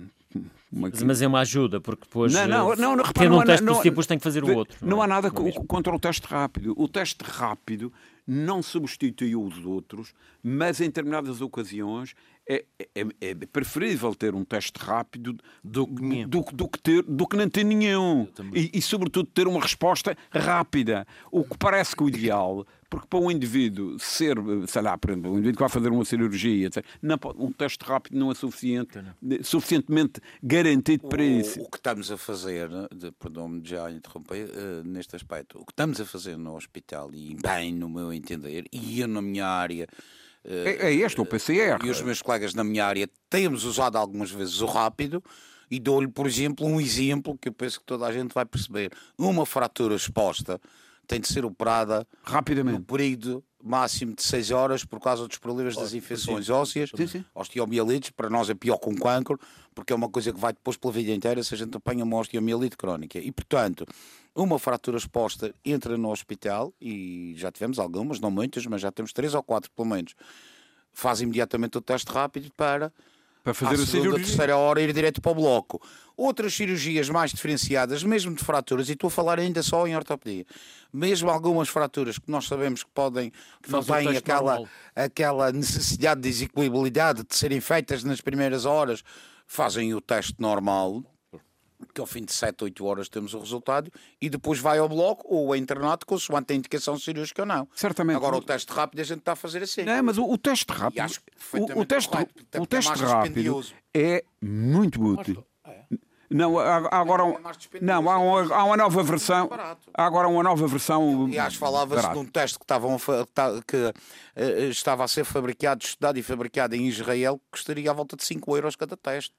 mas, mas é uma ajuda, porque depois não, não, não, não, tendo um não, teste não, positivo, depois tem que fazer o outro. Não, não é? há nada não é contra o teste rápido. O teste rápido não substitui os outros, mas em determinadas ocasiões é, é, é preferível ter um teste rápido do, do, do, que, ter, do que não ter nenhum. E, e, sobretudo, ter uma resposta rápida. O que parece que o ideal, porque para um indivíduo ser, sei lá, por exemplo, um indivíduo que vai fazer uma cirurgia, etcétera, não, um teste rápido não é suficiente, suficientemente garantido para isso. O, o que estamos a fazer, perdão-me já interromper, uh, neste aspecto, o que estamos a fazer no hospital, e bem no meu entender, e eu na minha área... Uh, é, é este o P C R. E os meus colegas na minha área temos usado algumas vezes o rápido, e dou-lhe, por exemplo, um exemplo que eu penso que toda a gente vai perceber. Uma fratura exposta tem de ser operada rapidamente, no período máximo de seis horas por causa dos problemas das infecções ósseas, sim, sim. osteomielites. Para nós é pior que um cancro, porque é uma coisa que vai depois pela vida inteira se a gente apanha uma osteomielite crónica. E, portanto, uma fratura exposta entra no hospital, e já tivemos algumas, não muitas, mas já temos três ou quatro pelo menos, faz imediatamente o teste rápido para... Para fazer à a segunda, cirurgia. terceira hora ir direto para o bloco. Outras cirurgias mais diferenciadas, mesmo de fraturas, e estou a falar ainda só em ortopedia, mesmo algumas fraturas que nós sabemos que podem, que não têm aquela, aquela necessidade de execuibilidade de serem feitas nas primeiras horas, fazem o teste normal, que ao fim de sete, oito horas temos o resultado, e depois vai ao bloco ou a internato, consoante a indicação cirúrgica ou não. Certamente. Agora o teste rápido a gente está a fazer assim. Não, mas o, o teste rápido, acho o, o teste, correto, o é teste mais rápido dispendioso. é muito útil. Não, há, há agora um, É mais não, há uma, há uma nova versão. barato. Há agora uma nova versão. Aliás, falava-se de um teste que, estavam a fa- ta- que uh, estava a ser fabricado, estudado e fabricado em Israel, que custaria à volta de cinco euros cada teste.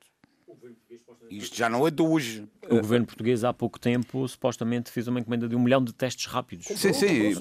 Isto já não é de hoje. O governo português há pouco tempo supostamente fez uma encomenda de um milhão de testes rápidos. Sim, sim.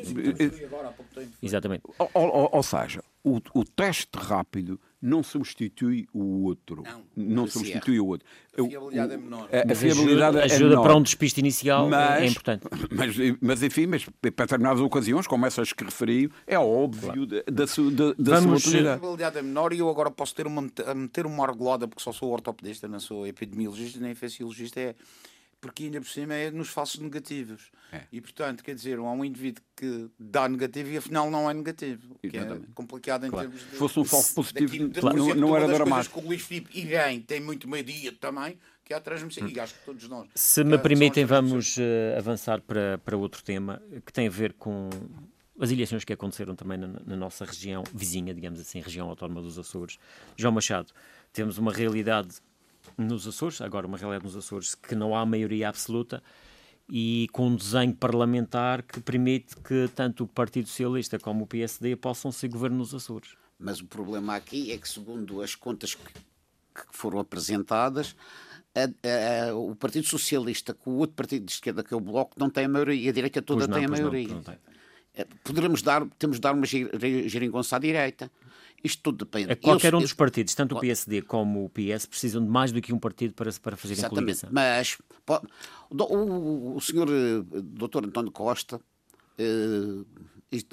Exatamente. Ou, ou, ou seja, o, o teste rápido não substitui o outro. Não, Não o P C R. substitui o outro. A fiabilidade é menor. A, a Mas fiabilidade ajuda, é ajuda menor. para um despiste inicial, Mas, é importante. Mas, mas enfim, mas para determinadas ocasiões, como essas que referi, é óbvio da, da, su- da, da Vamos- sua A utilidade. fiabilidade é menor, e eu agora posso ter uma, a meter uma argolada, porque só sou ortopedista, não sou epidemiologista nem infecciologista, é porque ainda por cima é nos falsos negativos. É. E portanto, quer dizer, há um indivíduo que dá negativo e afinal não é negativo. Que é Exatamente. complicado em termos de... Se fosse um falso positivo, Daqui, de, claro, por não, exemplo, não uma era das coisas dramático. que o Luís Filipe e bem tem muito meio-dia também, que é a transmissão, e acho que todos nós. Se que me são permitem, as vamos uh, avançar para, para outro tema que tem a ver com as eleições que aconteceram também na, na nossa região vizinha, digamos assim, região autónoma dos Açores. João Machado, temos uma realidade nos Açores, agora uma realidade nos Açores, que não há maioria absoluta e com um desenho parlamentar que permite que tanto o Partido Socialista como o P S D possam ser governo nos Açores. Mas o problema aqui é que, segundo as contas que, que foram apresentadas, a, a, o Partido Socialista com o outro partido de esquerda, que é o Bloco, não tem a maioria, e a direita toda Pois não, tem a pois não, maioria. não tem. Poderemos dar, temos de dar uma geringonça à direita. Isto tudo depende. É qualquer Eu- um dos partidos, tanto o P S D como o P S, precisam de mais do que um partido para, para fazerem Exatamente. coligação. Mas po- o, do- o, o senhor eh, doutor António Costa eh, isto- eh,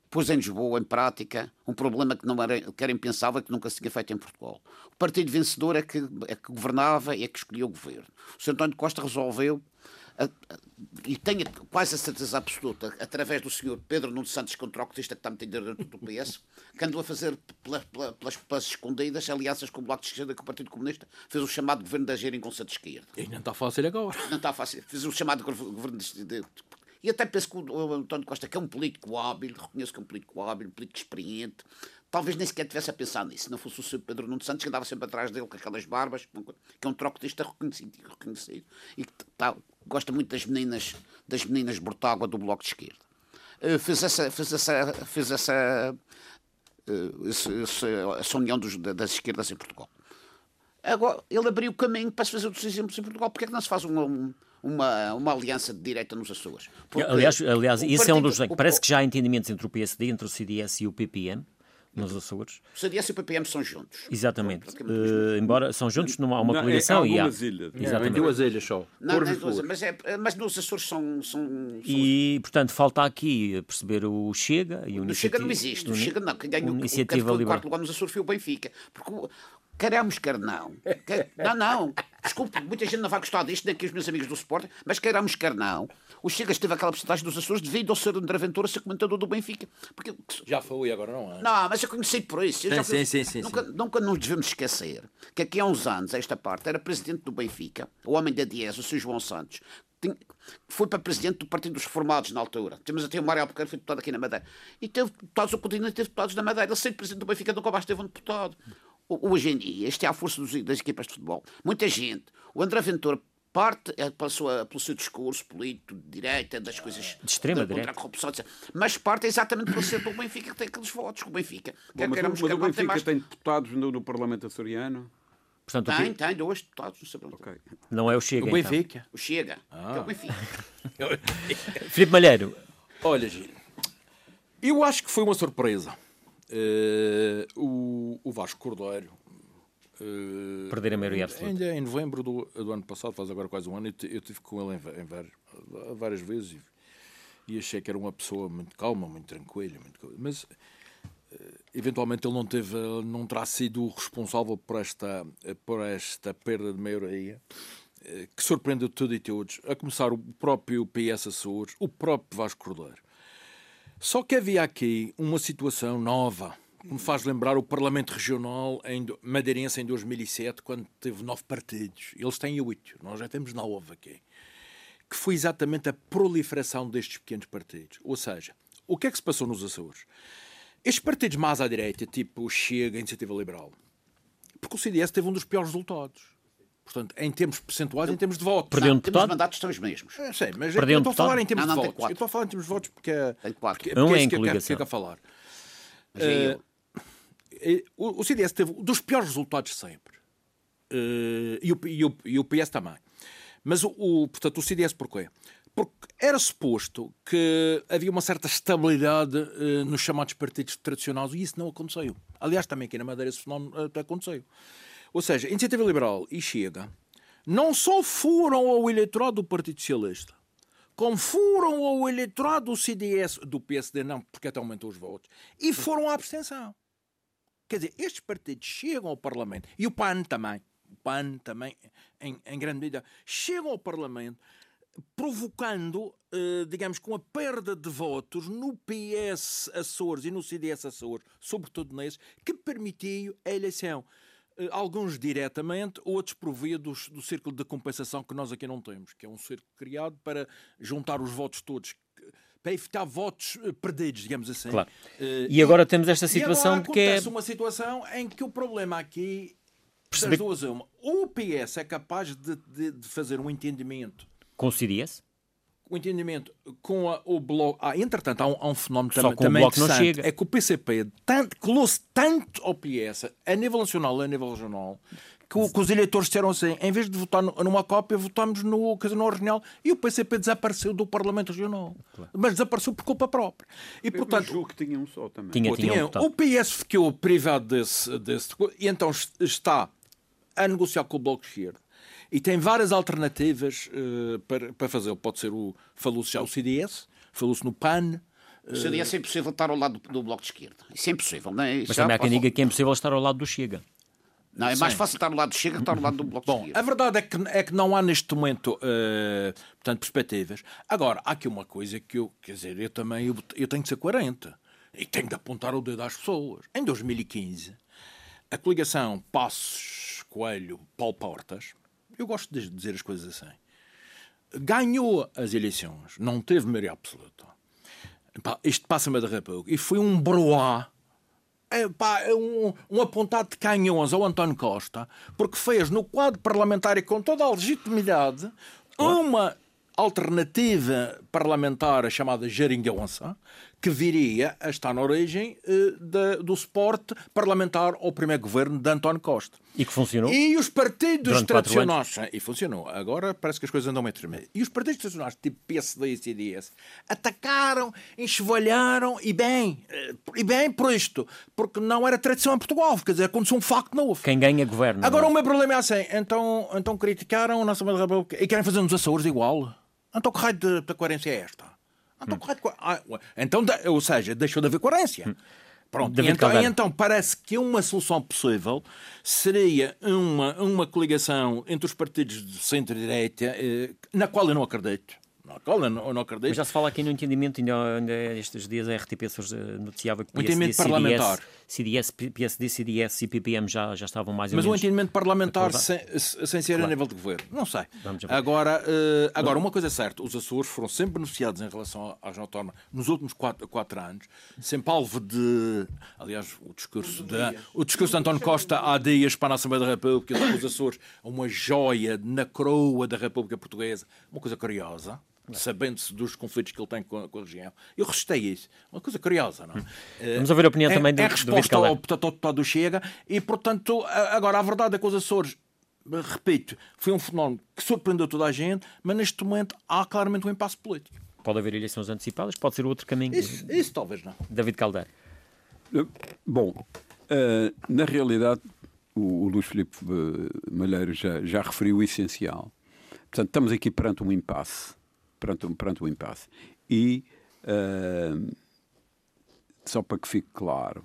pôs em Lisboa, em prática, um problema que, não era, que era impensável, que nunca se tinha feito em Portugal. O partido vencedor é que, é que governava e é que escolheu o governo. O senhor António Costa resolveu, a, a, e tenho quase a certeza absoluta, através do senhor Pedro Nuno Santos, que é um trocotista que está metido dentro do P S, que andou a fazer pela, pela, pelas, pelas escondidas alianças com o Bloco de Esquerda, com o Partido Comunista, fez o chamado governo da geringonça de esquerda. E não está fácil agora. Não está fácil. Fez o chamado governo de, de, e até penso que o António Costa, que é um político hábil, reconheço que é um político hábil, um político experiente, talvez nem sequer tivesse a pensar nisso. Se não fosse o senhor Pedro Nuno Santos, que andava sempre atrás dele com aquelas barbas, que é um trocotista reconhecido, reconhecido e que tá, gosta muito das meninas, das meninas de Bortágua do Bloco de Esquerda. Uh, fez essa, fez essa, fez essa, uh, esse, esse, essa união dos, das esquerdas em Portugal. Agora, ele abriu o caminho para se fazer outros exemplos em Portugal. Porque é que não se faz uma, uma, uma aliança de direita nos Açores? Porque aliás, aliás isso partido, é um dos... o, parece que já há entendimentos entre o P S D, entre o C D S e o P P M, nos Açores. O C D S e o P P M são juntos. Exatamente. Uh, embora são juntos, não há uma não, coligação. É, e há ilhas. Exatamente. Em duas ilhas só. Não, não duas, mas, é, mas nos Açores são... são, são... E, portanto, falta aqui perceber o Chega e o O Chega não existe. O Chega não. Quem ganhou o quarto lugar nos Açores foi o Benfica. Porque... Queiramos, quer não. Quer... Não, não. Desculpe, muita gente não vai gostar disto, nem aqui os meus amigos do Sporting, mas queiramos, quer não. O Chega teve aquela porcentagem dos Açores devido ao ser André Ventura ser comentador do Benfica. Porque... Já foi, agora não é? Não, mas eu conheci por isso. Eu sim, já fui... sim, sim, nunca, sim. nunca nos devemos esquecer que aqui há uns anos, esta parte, era presidente do Benfica, o homem da Diez, o senhor João Santos, foi para presidente do Partido dos Reformados na altura. Temos até o Mário Albuquerque, foi deputado aqui na Madeira. E teve deputados, o continente teve deputados na Madeira. Ele sendo presidente do Benfica nunca mais teve um deputado. Hoje em dia, esta é a força dos, das equipas de futebol. Muita gente, o André Ventura parte pela sua, pelo seu discurso político de direita, das coisas de extrema de, contra a corrupção, etcétera. Mas parte exatamente pelo ser do Benfica que tem aqueles votos. O Benfica. Bom, mas, mas o Benfica tem, mais... tem deputados no, no Parlamento açoriano? Portanto, tem, tem dois deputados. Não, sei okay. Não é o Chega. O Benfica. Então. O Chega. Ah. É o Benfica. Filipe Malheiro. Olha, Gino, eu acho que foi uma surpresa. Uh, o, o Vasco Cordeiro uh, perder a maioria absoluta. Ainda em novembro do, do ano passado, faz agora quase um ano, eu, eu estive com ele em, em várias, várias vezes e, e achei que era uma pessoa muito calma, muito tranquila, muito, mas uh, eventualmente ele não teve, não terá sido responsável por esta, por esta perda de maioria uh, que surpreendeu tudo e todos, a começar o próprio P S Açores, o próprio Vasco Cordeiro. Só que havia aqui uma situação nova, que me faz lembrar o Parlamento Regional em madeirense em dois mil e sete, quando teve nove partidos. Eles têm oito, nós já temos nove aqui. Que foi exatamente a proliferação destes pequenos partidos. Ou seja, o que é que se passou nos Açores? Estes partidos mais à direita, tipo o Chega, a Iniciativa Liberal, porque o C D S teve um dos piores resultados. Portanto, em termos percentuais, em termos de votos. Perdeu um deputado? Temos mandatos são os mesmos. É, sei, mas Perdeu eu um estou a falar em termos não, não, de votos. Eu estou a falar em termos de votos porque é, tem quatro. porque, Um porque é é em isso que eu quero, coligação. que eu quero falar. Uh, o, o C D S teve um dos piores resultados de sempre. Uh, e, o, e, o, e o P S também. Mas, o, o, portanto, o C D S porquê? Porque era suposto que havia uma certa estabilidade uh, nos chamados partidos tradicionais e isso não aconteceu. Aliás, também aqui na Madeira esse fenómeno até aconteceu. Ou seja, a Iniciativa Liberal e Chega não só foram ao eleitorado do Partido Socialista, como foram ao eleitorado do C D S, do P S D não, porque até aumentou os votos, e foram à abstenção. Quer dizer, estes partidos chegam ao Parlamento, e o P A N também, o P A N também, em, em grande medida, chegam ao Parlamento, provocando, eh, digamos, com a perda de votos no P S Açores e no C D S Açores, sobretudo nesses, que permitiu a eleição. Alguns diretamente, outros por via do, do círculo de compensação que nós aqui não temos, que é um círculo criado para juntar os votos todos, para evitar votos perdidos, digamos assim. Claro. Uh, e agora e, temos esta situação e agora de que é... acontece uma situação em que o problema aqui, perceber... das duas uma, ou o P S é capaz de, de, de fazer um entendimento... Com o C D S? O entendimento com a, o Bloco... Ah, entretanto, há um, há um fenómeno Só tam, com também o Bloco não interessante. chega. É que o P C P tanto, colou-se tanto ao P S, a nível nacional e a nível regional, que, o, que os eleitores disseram assim, em vez de votar no, numa cópia, votamos no Casino Regional, e o P C P desapareceu do Parlamento Regional. Claro. Mas desapareceu por culpa própria. E, portanto, julgo que tinha um só também. Tinha, pô, tinha tinha, um o P S ficou privado desse, desse... E então está a negociar com o Bloco de Esquerda. E tem várias alternativas uh, para, para fazer. Pode ser o... Falou-se já o C D S, falou-se no P A N, Seria uh... impossível estar ao lado do, do Bloco de Esquerda. Isso é impossível. Não é? Mas também há quem diga que é impossível estar ao lado do Chega. Não, é mais Sim. fácil estar ao lado do Chega que estar ao lado do Bloco Bom, de Esquerda. A verdade é que, é que não há neste momento uh, portanto, perspectivas. Agora, há aqui uma coisa que eu, quer dizer, eu também eu, eu tenho que ser coerente e tenho de apontar o dedo às pessoas. Em dois mil e quinze, a coligação Passos Coelho, Paulo Portas, eu gosto de dizer as coisas assim, ganhou as eleições, não teve maioria absoluta. Isto passa-me da República. E foi um broá, é, pá, um, um apontado de canhões ao António Costa, porque fez no quadro parlamentar e com toda a legitimidade uma alternativa parlamentar chamada Geringonça, que viria a estar na origem uh, da, do suporte parlamentar ao primeiro governo de António Costa. E que funcionou? E os partidos tradicionais... E funcionou. Agora parece que as coisas andam meio tremer. E os partidos tradicionais, tipo P S D e C D S, atacaram, enxovalharam, e bem, e bem por isto. Porque não era tradição em Portugal. Quer dizer, aconteceu um facto novo. Quem ganha governa. Agora o meu problema é assim. Então, então criticaram a nossa Assembleia da República e querem fazer nos Açores igual. Então que raio de, de coerência é esta? Então, hum. correto, ah, então, ou seja, deixou de haver coerência. Hum. Pronto. E então, e então parece que uma solução possível seria uma, uma coligação entre os partidos de centro-direita, eh, na qual eu não acredito. Na qual eu não, eu não acredito. Mas já se fala aqui no entendimento, ainda, ainda estes dias a R T P noticiava que o entendimento parlamentar. C D S, P S D, C D S e P P M já, já estavam mais ou Mas menos... Mas o entendimento parlamentar sem, sem ser claro. A nível de governo? Não sei. Agora, uh, agora uma coisa é certa, os Açores foram sempre beneficiados em relação às autónomas nos últimos quatro, quatro anos, sempre alvo de... Aliás, o discurso de, o discurso de António Costa há dias para a Assembleia da República, os Açores, uma joia na coroa da República Portuguesa, uma coisa curiosa, sabendo-se dos conflitos que ele tem com a, com a região. Eu restei isso. Uma coisa curiosa, não é? Vamos ouvir a opinião é, também do, é do resposta ao deputado do Chega e, portanto, agora a verdade é que os Açores, repito, foi um fenómeno que surpreendeu toda a gente, mas neste momento há claramente um impasse político. Pode haver eleições antecipadas, pode ser outro caminho. Isso, isso talvez não. David Caldeira. Bom, uh, na realidade, o, o Luís Filipe Malheiro já, já referiu o essencial. Portanto, estamos aqui perante um impasse. Perante, perante o impasse. E, uh, só para que fique claro,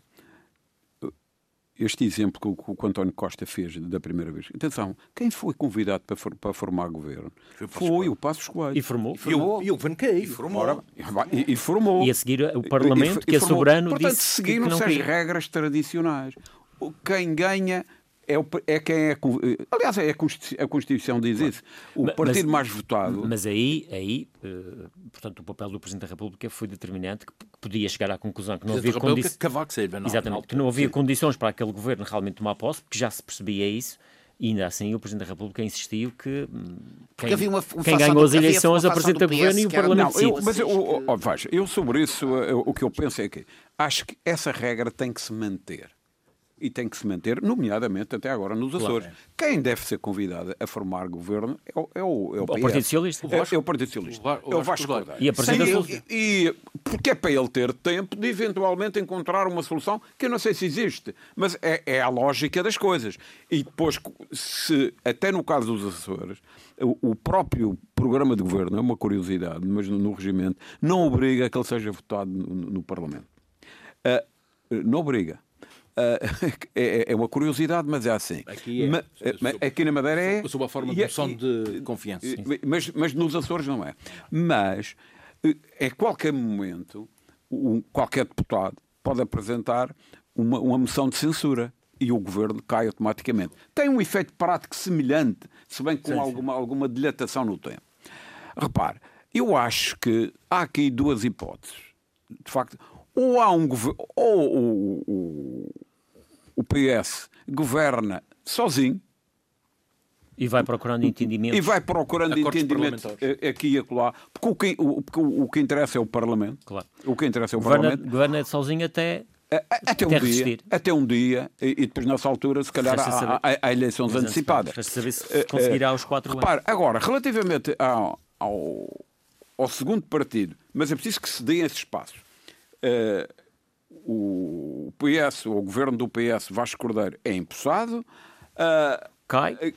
este exemplo que o, que o António Costa fez da primeira vez, atenção, quem foi convidado para, for, para formar governo foi, foi o Passos Coelho. E formou. E, formou. e o Governo caiu. E formou. Ora, e, e formou. E a seguir o Parlamento, e, e, que é soberano, portanto, disse seguiram-se as regras tradicionais. Quem ganha... É, o, é quem é. Aliás, é a Constituição, a Constituição diz isso. O mas, partido mais votado. Mas aí, aí uh, portanto, o papel do Presidente da República foi determinante, que podia chegar à conclusão que não havia condições. Exatamente, que não havia condições para aquele governo realmente tomar posse, porque já se percebia isso. E ainda assim o Presidente da República insistiu que quem, uma, um quem ganhou as eleições apresenta o governo e o Parlamento decide. Mas eu, oh, veja, eu sobre isso, eu, o que eu penso é que acho que essa regra tem que se manter. E tem que se manter, nomeadamente até agora nos Açores. Claro. Quem deve ser convidado a formar governo é o, é o, é o, o Partido Socialista. É, é o Partido Socialista. O, o, é o Vasco Cordeiro. E a Presidente e, e porque é para ele ter tempo de eventualmente encontrar uma solução que eu não sei se existe, mas é, é a lógica das coisas. E depois, se até no caso dos Açores, o, o próprio programa de governo, é uma curiosidade, mas no, no regimento, não obriga a que ele seja votado no, no Parlamento. Uh, não obriga. Uh, é, é uma curiosidade, mas é assim. Aqui, é, Ma, sob, aqui na Madeira é. Sob a forma de moção de confiança. Mas, mas nos Açores não é. Mas, a qualquer momento, um, qualquer deputado pode apresentar uma, uma moção de censura e o governo cai automaticamente. Tem um efeito prático semelhante, se bem com sim, alguma, sim. alguma dilatação no tempo. Repare, eu acho que há aqui duas hipóteses. De facto, ou há um governo. Ou o, o, o P S governa sozinho. E vai procurando entendimentos. E vai procurando entendimentos aqui e acolá. Porque o que, o, porque o, o que interessa é o Parlamento. Claro. O que interessa é o governa, Parlamento. Governa sozinho até. Até um, até, dia, até um dia, e, e depois nessa altura, se calhar, há, há, há eleições Mas antecipadas. Resta saber se conseguirá aos quatro anos. Repare, agora, relativamente ao, ao, ao segundo partido, mas é preciso que se dê esse espaço. Uh, o P S, o governo do P S, Vasco Cordeiro, é empossado. Uh, cai.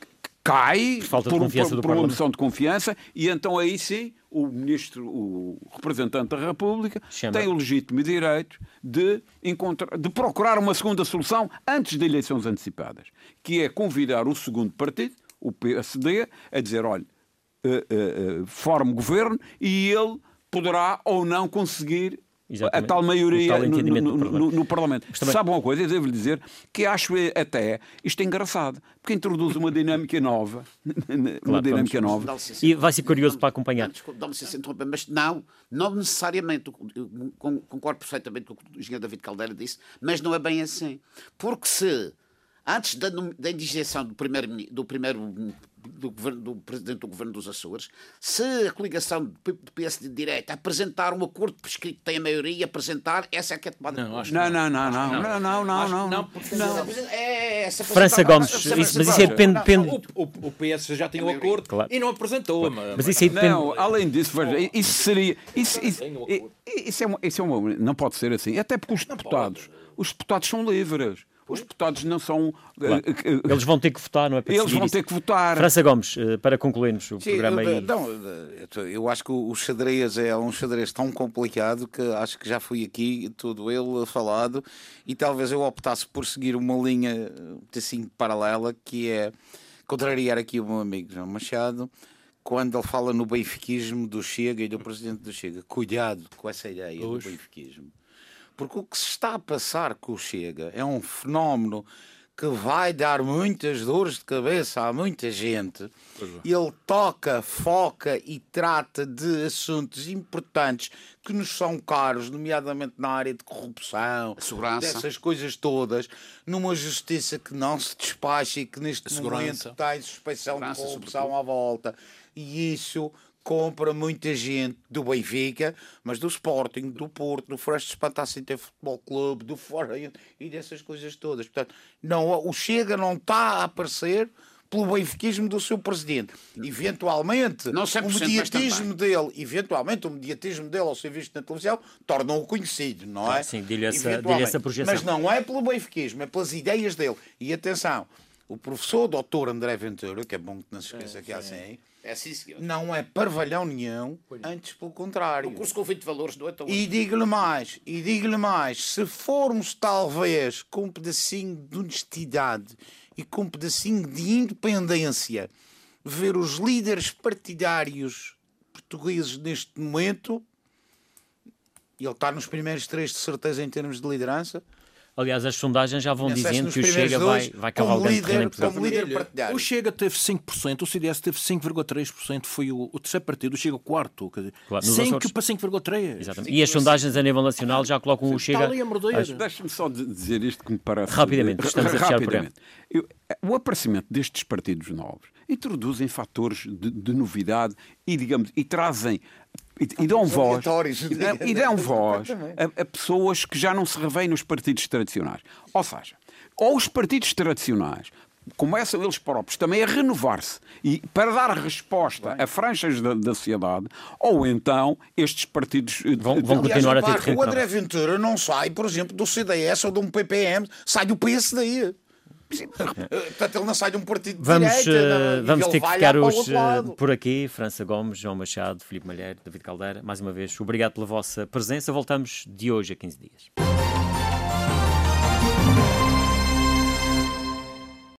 cai Por falta de por, confiança por, do por uma Parlamento. moção de confiança, e então aí sim o ministro, o representante da República, Chama. tem o legítimo direito de, encontrar, de procurar uma segunda solução antes de eleições antecipadas, que é convidar o segundo partido, o P S D, a dizer, olha, uh, uh, uh, forme governo, e ele poderá ou não conseguir Exatamente. a tal maioria O tal no, entendimento no, do no, Parlamento. no Parlamento. também- Sabe uma coisa? Eu devo-lhe dizer que acho até isto engraçado, porque introduz uma dinâmica nova. uma Claro, dinâmica vamos- nova. Dá licença. E vai ser curioso para acompanhar. Não, desculpe, dá-me licença interromper, mas não, não necessariamente. Eu con- concordo perfeitamente com o que o engenheiro David Caldeira disse, mas não é bem assim. Porque se, antes da, nom- da indignação do primeiro, mini- do primeiro do, governo, do presidente do governo dos Açores, se a coligação do P- do P S D de direita apresentar um acordo prescrito que tem a maioria, apresentar, essa é que é tomada Não, de acho Não, não, não, não, não, não, não, Acho que não. não, porque- não. É, essa França apresentar- Gomes, essa- isso- essa- mas isso aí depende... depende... O, o, o P S já tinha um acordo Claro. e não apresentou. Mas, Mas isso aí depende... Não, além disso, veja, isso seria. Isso, isso, Tem um i- acordo. isso, é uma, isso é uma. Não pode ser assim. Até porque os deputados. Os deputados são livres. Os deputados não são. Claro. eh, eh, Eles vão ter que votar, não é? Para Eles decidir vão isso. ter que votar. França Gomes, eh, para concluirmos o Sim, programa eu, aí. não, eu- eu acho que o xadrez é um xadrez tão complicado que acho que já fui aqui todo ele falado, e talvez eu optasse por seguir uma linha assim paralela, que é contrariar aqui o meu amigo João Machado quando ele fala no benfiquismo do Chega e do presidente do Chega. Cuidado com essa ideia do benfiquismo. Porque o que se está a passar com o Chega é um fenómeno que vai dar muitas dores de cabeça a muita gente. Ele toca, foca e trata de assuntos importantes que nos são caros, nomeadamente na área de corrupção, A segurança. dessas coisas todas, numa justiça que não se despacha e que neste momento está em suspeição de Segurança, corrupção à volta. E isso compra muita gente do Benfica, mas do Sporting, do Porto, do Freixo de Espantacinta Futebol Clube, do Foreign e dessas coisas todas. Portanto, não, o Chega não está a aparecer pelo benfiquismo do seu presidente. Eventualmente, Não o cem por cento, mas mediatismo dele, eventualmente, o mediatismo dele ao ser visto na televisão, torna-o conhecido, não é? Sim, dê-lhe essa- Eventualmente. dê-lhe essa projeção. Mas não é pelo benfiquismo, é pelas ideias dele. E atenção, o professor doutor André Ventura, que é bom que não se esqueça que é assim, É assim, senhor. não é parvalhão nenhum, antes pelo contrário. O curso com vinte valores não é tão... E digo-lhe mais, e digo-lhe mais, se formos talvez com um pedacinho de honestidade e com um pedacinho de independência ver os líderes partidários portugueses neste momento, e ele está nos primeiros três de certeza em termos de liderança, Aliás, as sondagens já vão Nesse- dizendo nos que o primeiros Chega dois, vai, vai como cavalgando terreno em líder, Portugal. como líder partidário. O Chega teve cinco por cento, o C D S teve cinco vírgula três por cento, foi o, o terceiro partido, o Chega o quarto. Quer dizer, Claro, nos cinco Açores. para cinco vírgula três. Exatamente. E as sondagens a nível nacional já colocam o Chega... Está ali a morder. Deixa-me só de- dizer isto que me parece. Rapidamente, estamos a fechar o programa. Eu- o aparecimento destes partidos novos introduzem fatores de, de novidade e, digamos, e trazem. E, e dão voz, aleatórios. e, dão- e dão voz a, a pessoas que já não se revêem nos partidos tradicionais. Ou seja, ou os partidos tradicionais começam eles próprios também a renovar-se e para dar resposta a franjas da, da sociedade, ou então estes partidos eh, Vão- de- vão de- continuar a ter repare, terreno o para- André Ventura não sai, por exemplo, do C D S ou de um P P M, sai do P S D. Portanto, ele não sai de um partido de Vamos, direita. eh, não, e vamos ele ter que vai ficar lá para o hoje outro eh, lado. por aqui. França Gomes, João Machado, Filipe Malheiro, David Caldeira, mais uma vez, obrigado pela vossa presença. Voltamos de hoje a quinze dias.